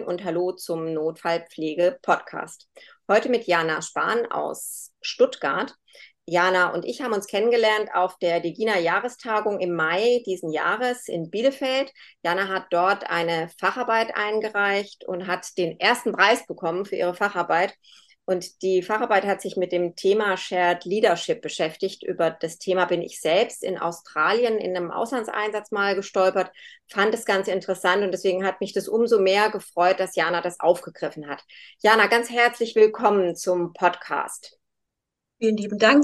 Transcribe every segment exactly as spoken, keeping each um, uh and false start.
und hallo zum Notfallpflege-Podcast. Heute mit Jana Spahn aus Stuttgart. Jana und ich haben uns kennengelernt auf der DEGINA-Jahrestagung im Mai diesen Jahres in Bielefeld. Jana hat dort eine Facharbeit eingereicht und hat den ersten Preis bekommen für ihre Facharbeit. Und die Facharbeit hat sich mit dem Thema Shared Leadership beschäftigt. Über das Thema bin ich selbst in Australien in einem Auslandseinsatz mal gestolpert, fand es ganz interessant und deswegen hat mich das umso mehr gefreut, dass Jana das aufgegriffen hat. Jana, ganz herzlich willkommen zum Podcast. Vielen lieben Dank.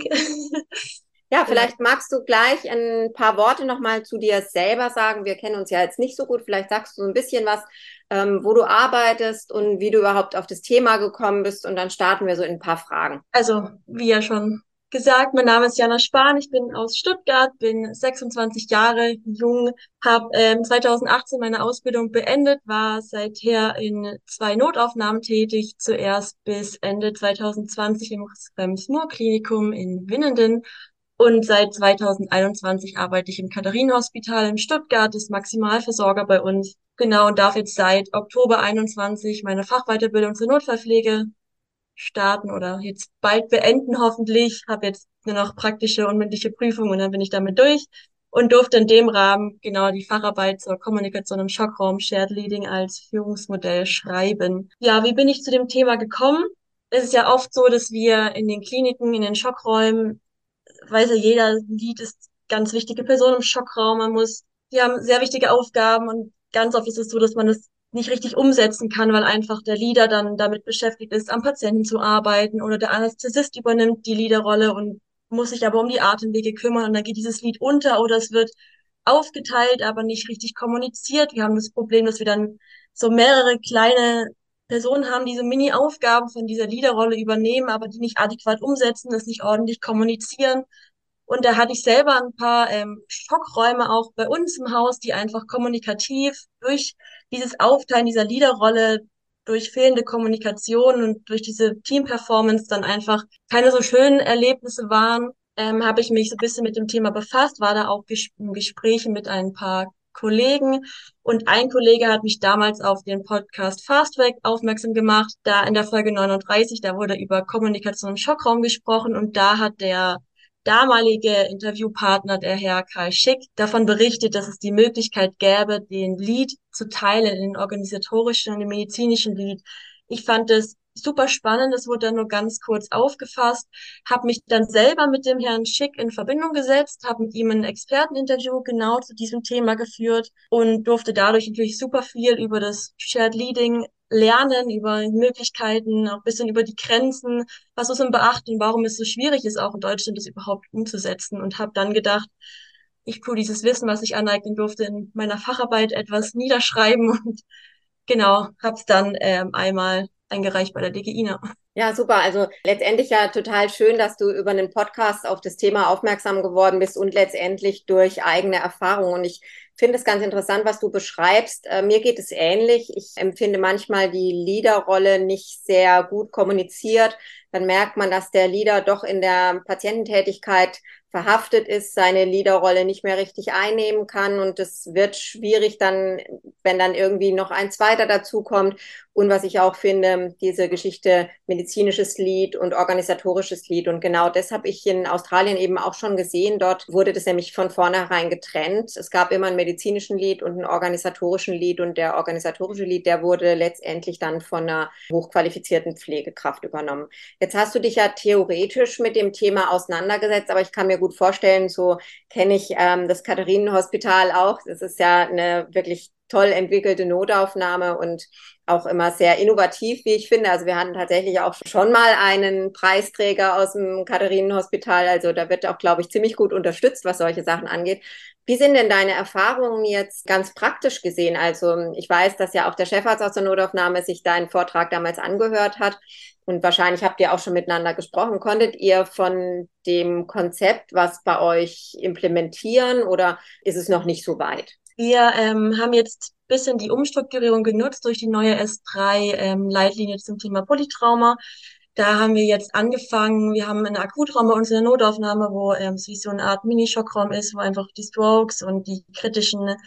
Ja, Ja, vielleicht magst du gleich ein paar Worte nochmal zu dir selber sagen. Wir kennen uns ja jetzt nicht so gut. Vielleicht sagst du so ein bisschen was, ähm, wo du arbeitest und wie du überhaupt auf das Thema gekommen bist. Und dann starten wir so in ein paar Fragen. also wie ja schon gesagt, mein Name ist Jana Spahn, ich bin aus Stuttgart, bin sechsundzwanzig Jahre jung, habe ähm, zwanzig achtzehn meine Ausbildung beendet, war seither in zwei Notaufnahmen tätig, zuerst bis Ende zwanzig zwanzig im Rems-Murr-Klinikum in Winnenden und seit zwanzig einundzwanzig arbeite ich im Katharinenhospital in Stuttgart, ist Maximalversorger bei uns. Genau, und darf jetzt seit Oktober einundzwanzig meine Fachweiterbildung zur Notfallpflege starten oder jetzt bald beenden hoffentlich. Habe jetzt nur noch praktische und mündliche Prüfungen und dann bin ich damit durch und durfte in dem Rahmen genau die Facharbeit zur Kommunikation im Schockraum Shared Leading als Führungsmodell schreiben. Ja, wie bin ich zu dem Thema gekommen? Es ist ja oft so, dass wir in den Kliniken, in den Schockräumen, weiß ja jeder, ein Lead ist ganz wichtige Person im Schockraum. Man muss, die haben sehr wichtige Aufgaben und ganz oft ist es so, dass man das nicht richtig umsetzen kann, weil einfach der Leader dann damit beschäftigt ist, am Patienten zu arbeiten oder der Anästhesist übernimmt die Leaderrolle und muss sich aber um die Atemwege kümmern und dann geht dieses Lied unter oder es wird aufgeteilt, aber nicht richtig kommuniziert. Wir haben das Problem, dass wir dann so mehrere kleine Personen haben, die so Mini-Aufgaben von dieser Leaderrolle übernehmen, aber die nicht adäquat umsetzen, das nicht ordentlich kommunizieren. Und da hatte ich selber ein paar ähm, Schockräume auch bei uns im Haus, die einfach kommunikativ durch dieses Aufteilen dieser Leaderrolle, durch fehlende Kommunikation und durch diese Team-Performance dann einfach keine so schönen Erlebnisse waren, ähm, habe ich mich so ein bisschen mit dem Thema befasst, war da auch ges in Gesprächen mit ein paar Kollegen und ein Kollege hat mich damals auf den Podcast Fast Track aufmerksam gemacht, da in der Folge neununddreißig, da wurde über Kommunikation im Schockraum gesprochen und da hat der damalige Interviewpartner, der Herr Karl Schick, davon berichtet, dass es die Möglichkeit gäbe, den Lead zu teilen, in den organisatorischen und den medizinischen Lead. Ich fand das super spannend, das wurde dann nur ganz kurz aufgefasst, habe mich dann selber mit dem Herrn Schick in Verbindung gesetzt, habe mit ihm ein Experteninterview genau zu diesem Thema geführt und durfte dadurch natürlich super viel über das Shared Leading lernen, über Möglichkeiten, auch ein bisschen über die Grenzen, was muss man beachten, warum es so schwierig ist, auch in Deutschland das überhaupt umzusetzen und habe dann gedacht, ich tue dieses Wissen, was ich aneignen durfte, in meiner Facharbeit etwas niederschreiben und genau, habe es dann ähm, einmal eingereicht bei der DGINA. Ja, super. Also letztendlich ja total schön, dass du über einen Podcast auf das Thema aufmerksam geworden bist und letztendlich durch eigene Erfahrungen. Und ich finde es ganz interessant, was du beschreibst. Äh, mir geht es ähnlich. Ich empfinde manchmal die Leaderrolle nicht sehr gut kommuniziert. Dann merkt man, dass der Leader doch in der Patiententätigkeit verhaftet ist, seine Leaderrolle nicht mehr richtig einnehmen kann. Und es wird schwierig dann, wenn dann irgendwie noch ein zweiter dazukommt. Und was ich auch finde, diese Geschichte medizinisches Lead und organisatorisches Lead. Und genau das habe ich in Australien eben auch schon gesehen. Dort wurde das nämlich von vornherein getrennt. Es gab immer einen medizinischen Lead und einen organisatorischen Lead. Und der organisatorische Lead, der wurde letztendlich dann von einer hochqualifizierten Pflegekraft übernommen. Jetzt hast du dich ja theoretisch mit dem Thema auseinandergesetzt, aber ich kann mir gut vorstellen, so kenne ich ähm, das Katharinenhospital auch. Das ist ja eine wirklich toll entwickelte Notaufnahme und auch immer sehr innovativ, wie ich finde. Also wir hatten tatsächlich auch schon mal einen Preisträger aus dem Katharinenhospital. Also da wird auch, glaube ich, ziemlich gut unterstützt, was solche Sachen angeht. Wie sind denn deine Erfahrungen jetzt ganz praktisch gesehen? Also ich weiß, dass ja auch der Chefarzt aus der Notaufnahme sich deinen Vortrag damals angehört hat. Und wahrscheinlich habt ihr auch schon miteinander gesprochen. Konntet ihr von dem Konzept was bei euch implementieren oder ist es noch nicht so weit? Wir ähm, haben jetzt ein bisschen die Umstrukturierung genutzt durch die neue S drei ähm, Leitlinie zum Thema Polytrauma. Da haben wir jetzt angefangen, wir haben einen Akutraum bei uns in der Notaufnahme, wo ähm, es wie so eine Art Mini-Schockraum ist, wo einfach die Strokes und die kritischen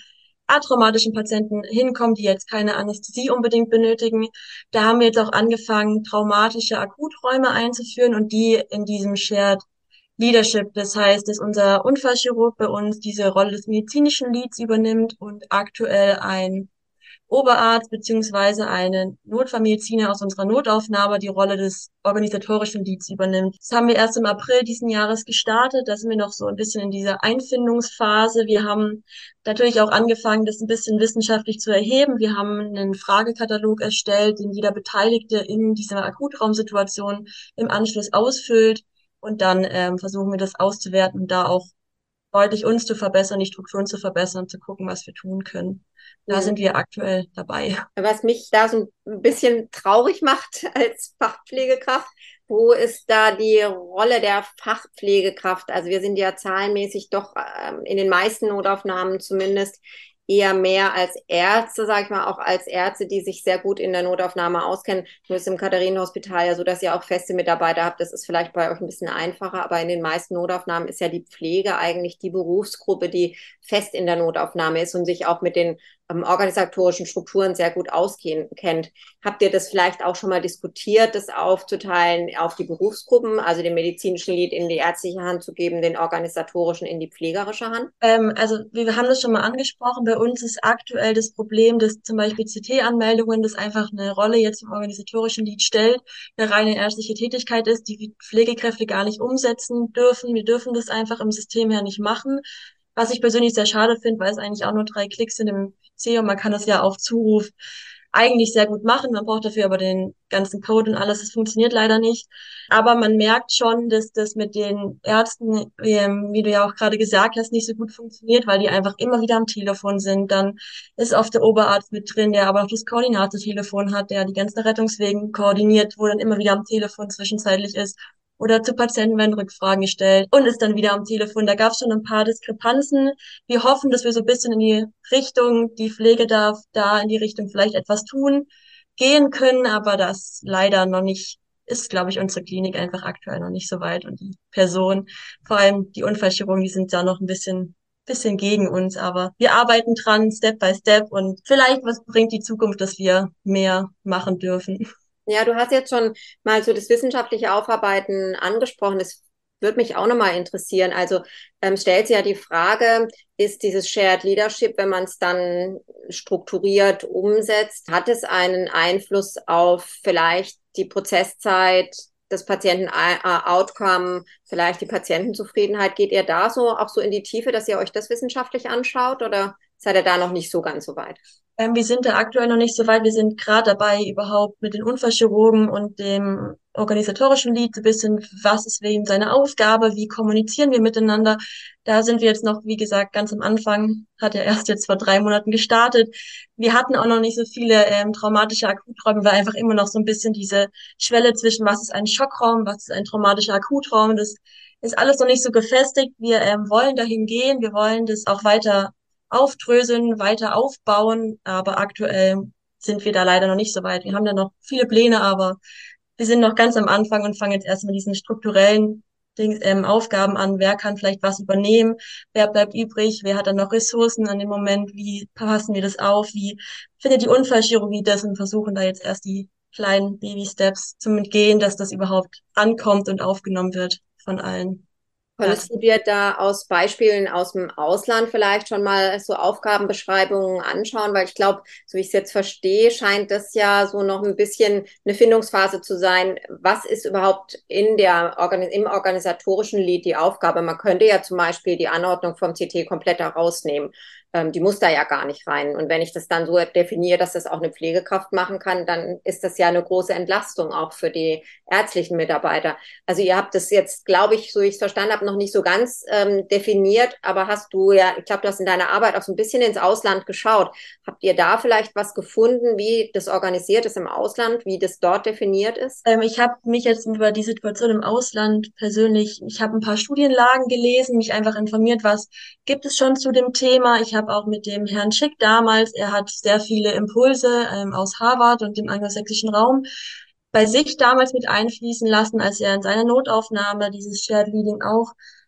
atraumatischen Patienten hinkommen, die jetzt keine Anästhesie unbedingt benötigen. Da haben wir jetzt auch angefangen, traumatische Akuträume einzuführen und die in diesem Shared Leadership. Das heißt, dass unser Unfallchirurg bei uns diese Rolle des medizinischen Leads übernimmt und aktuell ein Oberarzt beziehungsweise eine Notfallmediziner aus unserer Notaufnahme die Rolle des organisatorischen Leads übernimmt. Das haben wir erst im April diesen Jahres gestartet. Da sind wir noch so ein bisschen in dieser Einfindungsphase. Wir haben natürlich auch angefangen, das ein bisschen wissenschaftlich zu erheben. Wir haben einen Fragekatalog erstellt, den jeder Beteiligte in dieser Akutraumsituation im Anschluss ausfüllt. Und dann ähm, versuchen wir das auszuwerten und da auch deutlich uns zu verbessern, die Strukturen zu verbessern, zu gucken, was wir tun können. Da Mhm. sind wir aktuell dabei. Was mich da so ein bisschen traurig macht als Fachpflegekraft, wo ist da die Rolle der Fachpflegekraft? Also wir sind ja zahlenmäßig doch ähm, in den meisten Notaufnahmen zumindest eher mehr als Ärzte, sage ich mal, auch als Ärzte, die sich sehr gut in der Notaufnahme auskennen. Nur ist im Katharinenhospital ja so, dass ihr auch feste Mitarbeiter habt. Das ist vielleicht bei euch ein bisschen einfacher, aber in den meisten Notaufnahmen ist ja die Pflege eigentlich die Berufsgruppe, die fest in der Notaufnahme ist und sich auch mit den ähm, organisatorischen Strukturen sehr gut auskennt. Habt ihr das vielleicht auch schon mal diskutiert, das aufzuteilen auf die Berufsgruppen, also den medizinischen Lead in die ärztliche Hand zu geben, den organisatorischen in die pflegerische Hand? Ähm, also wir haben das schon mal angesprochen. Bei uns ist aktuell das Problem, dass zum Beispiel C T-Anmeldungen, das einfach eine Rolle jetzt im organisatorischen Lead stellt, eine reine ärztliche Tätigkeit ist, die Pflegekräfte gar nicht umsetzen dürfen. Wir dürfen das einfach im System her nicht machen. Was ich persönlich sehr schade finde, weil es eigentlich auch nur drei Klicks sind im P C und man kann das ja auf Zuruf eigentlich sehr gut machen. Man braucht dafür aber den ganzen Code und alles. Das funktioniert leider nicht. Aber man merkt schon, dass das mit den Ärzten, ähm, wie du ja auch gerade gesagt hast, nicht so gut funktioniert, weil die einfach immer wieder am Telefon sind. Dann ist oft der Oberarzt mit drin, der aber auch das Koordinatortelefon hat, der die ganzen Rettungswegen koordiniert, wo dann immer wieder am Telefon zwischenzeitlich ist. Oder zu Patienten werden Rückfragen gestellt und ist dann wieder am Telefon. Da gab es schon ein paar Diskrepanzen. Wir hoffen, dass wir so ein bisschen in die Richtung, die Pflege darf da in die Richtung vielleicht etwas tun, gehen können, aber das leider noch nicht ist, glaube ich, unsere Klinik einfach aktuell noch nicht so weit und die Person, vor allem die Unfallchirurgen, die sind da noch ein bisschen bisschen gegen uns, aber wir arbeiten dran, Step by Step und vielleicht was bringt die Zukunft, dass wir mehr machen dürfen. Ja, du hast jetzt schon mal so das wissenschaftliche Aufarbeiten angesprochen. Das würde mich auch nochmal interessieren. Also ähm, stellt sich ja die Frage, ist dieses Shared Leadership, wenn man es dann strukturiert umsetzt, hat es einen Einfluss auf vielleicht die Prozesszeit des Patienten-Outcome, vielleicht die Patientenzufriedenheit? Geht ihr da so auch so in die Tiefe, dass ihr euch das wissenschaftlich anschaut oder seid ihr da noch nicht so ganz so weit? Ähm, wir sind da aktuell noch nicht so weit. Wir sind gerade dabei, überhaupt mit den Unfallchirurgen und dem organisatorischen Lead so ein bisschen, was ist wem seine Aufgabe, wie kommunizieren wir miteinander. Da sind wir jetzt noch, wie gesagt, ganz am Anfang, hat ja erst jetzt vor drei Monaten gestartet. Wir hatten auch noch nicht so viele ähm, traumatische Akuträume, weil einfach immer noch so ein bisschen diese Schwelle zwischen, was ist ein Schockraum, was ist ein traumatischer Akutraum, das ist alles noch nicht so gefestigt. Wir ähm, wollen dahin gehen, wir wollen das auch weiter aufdröseln, weiter aufbauen, aber aktuell sind wir da leider noch nicht so weit. Wir haben da noch viele Pläne, aber wir sind noch ganz am Anfang und fangen jetzt erst mit diesen strukturellen Dings, ähm, Aufgaben an. Wer kann vielleicht was übernehmen? Wer bleibt übrig? Wer hat dann noch Ressourcen an dem Moment? Wie passen wir das auf? Wie findet die Unfallchirurgie das? Und versuchen da jetzt erst die kleinen Baby-Steps zu gehen, dass das überhaupt ankommt und aufgenommen wird von allen Konntest du Ärzten. dir da aus Beispielen aus dem Ausland vielleicht schon mal so Aufgabenbeschreibungen anschauen? Weil ich glaube, so wie ich es jetzt verstehe, scheint das ja so noch ein bisschen eine Findungsphase zu sein. Was ist überhaupt in der Organi im organisatorischen Lead die Aufgabe? Man könnte ja zum Beispiel die Anordnung vom C T komplett herausnehmen. Ähm, die muss da ja gar nicht rein. Und wenn ich das dann so definiere, dass das auch eine Pflegekraft machen kann, dann ist das ja eine große Entlastung auch für die ärztlichen Mitarbeiter. Also ihr habt das jetzt, glaube ich, so ich es verstanden habe, noch nicht so ganz ähm, definiert, aber hast du ja, ich glaube, du hast in deiner Arbeit auch so ein bisschen ins Ausland geschaut. Habt ihr da vielleicht was gefunden, wie das organisiert ist im Ausland, wie das dort definiert ist? Ähm, ich habe mich jetzt über die Situation im Ausland persönlich, ich habe ein paar Studienlagen gelesen, mich einfach informiert, was gibt es schon zu dem Thema. Ich habe auch mit dem Herrn Schick damals, er hat sehr viele Impulse ähm, aus Harvard und dem angelsächsischen Raum bei sich damals mit einfließen lassen, als er in seiner Notaufnahme dieses Shared Leading auch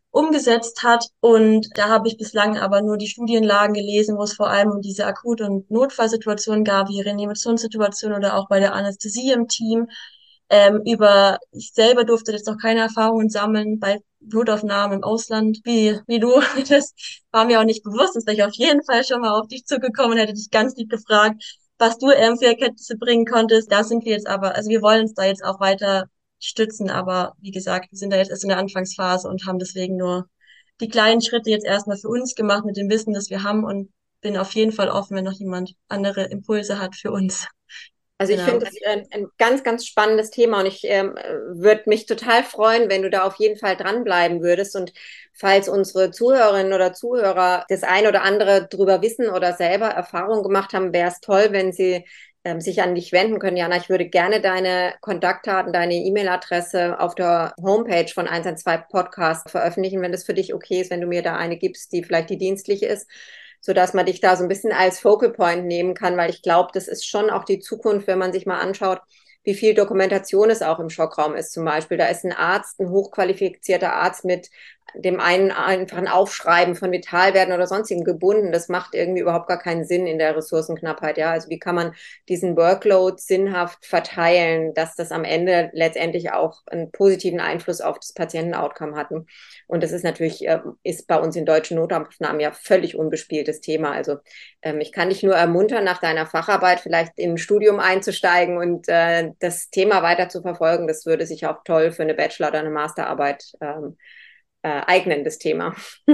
umgesetzt hat. Und da habe ich bislang aber nur die Studienlagen gelesen, wo es vor allem um diese Akut- und Notfallsituationen gab, wie Reanimationssituationen oder auch bei der Anästhesie im Team. Ähm, über, ich selber durfte jetzt noch keine Erfahrungen sammeln bei Notaufnahmen im Ausland, wie, wie du. Das war mir auch nicht bewusst, das wäre ich auf jeden Fall schon mal auf dich zugekommen und hätte dich ganz lieb gefragt, was du ähm, für Erkenntnisse bringen konntest. Da sind wir jetzt aber, also wir wollen uns da jetzt auch weiter stützen, aber wie gesagt, wir sind da jetzt erst in der Anfangsphase und haben deswegen nur die kleinen Schritte jetzt erstmal für uns gemacht mit dem Wissen, das wir haben und bin auf jeden Fall offen, wenn noch jemand andere Impulse hat für uns. Also ich Genau. finde es ein, ein ganz, ganz spannendes Thema und ich ähm, würde mich total freuen, wenn du da auf jeden Fall dranbleiben würdest. Und falls unsere Zuhörerinnen oder Zuhörer das ein oder andere drüber wissen oder selber Erfahrungen gemacht haben, wäre es toll, wenn sie ähm, sich an dich wenden können. Jana, ich würde gerne deine Kontaktdaten, deine E-Mail-Adresse auf der Homepage von eins eins zwei Podcast veröffentlichen, wenn das für dich okay ist, wenn du mir da eine gibst, die vielleicht die dienstliche ist, so dass man dich da so ein bisschen als Focal Point nehmen kann, weil ich glaube, das ist schon auch die Zukunft, wenn man sich mal anschaut, wie viel Dokumentation es auch im Schockraum ist. Zum Beispiel, da ist ein Arzt, ein hochqualifizierter Arzt mit dem einen einfachen Aufschreiben von Vitalwerten oder sonstigen gebunden. Das macht irgendwie überhaupt gar keinen Sinn in der Ressourcenknappheit. Ja, also wie kann man diesen Workload sinnhaft verteilen, dass das am Ende letztendlich auch einen positiven Einfluss auf das Patientenoutcome hat. Und das ist natürlich, äh, ist bei uns in deutschen Notaufnahmen ja völlig unbespieltes Thema. Also ähm, ich kann dich nur ermuntern, nach deiner Facharbeit vielleicht in ein Studium einzusteigen und äh, das Thema weiter zu verfolgen. Das würde sich auch toll für eine Bachelor- oder eine Masterarbeit ähm, äh, eignen, das Thema.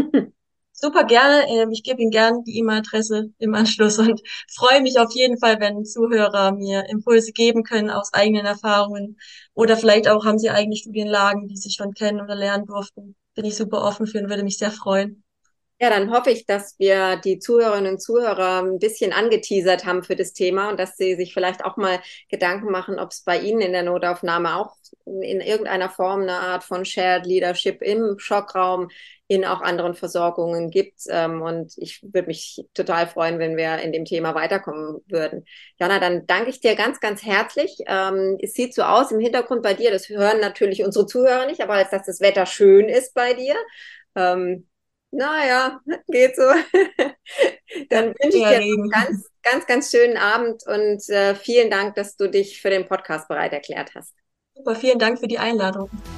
Super gerne. Ähm, ich gebe Ihnen gerne die E-Mail-Adresse im Anschluss und freue mich auf jeden Fall, wenn Zuhörer mir Impulse geben können aus eigenen Erfahrungen oder vielleicht auch haben Sie eigene Studienlagen, die Sie schon kennen oder lernen durften. Bin ich super offen für und würde mich sehr freuen. Ja, dann hoffe ich, dass wir die Zuhörerinnen und Zuhörer ein bisschen angeteasert haben für das Thema und dass sie sich vielleicht auch mal Gedanken machen, ob es bei Ihnen in der Notaufnahme auch in irgendeiner Form eine Art von Shared Leadership im Schockraum in auch anderen Versorgungen gibt. Ähm, Und ich würde mich total freuen, wenn wir in dem Thema weiterkommen würden. Jana, dann danke ich dir ganz, ganz herzlich. Ähm, Es sieht so aus im Hintergrund bei dir, das hören natürlich unsere Zuhörer nicht, aber als dass das Wetter schön ist bei dir. Ähm, naja, geht so. Dann Ja, wünsche ich eher dir noch Regen. einen ganz, ganz, ganz schönen Abend und äh, vielen Dank, dass du dich für den Podcast bereit erklärt hast. Super, vielen Dank für die Einladung.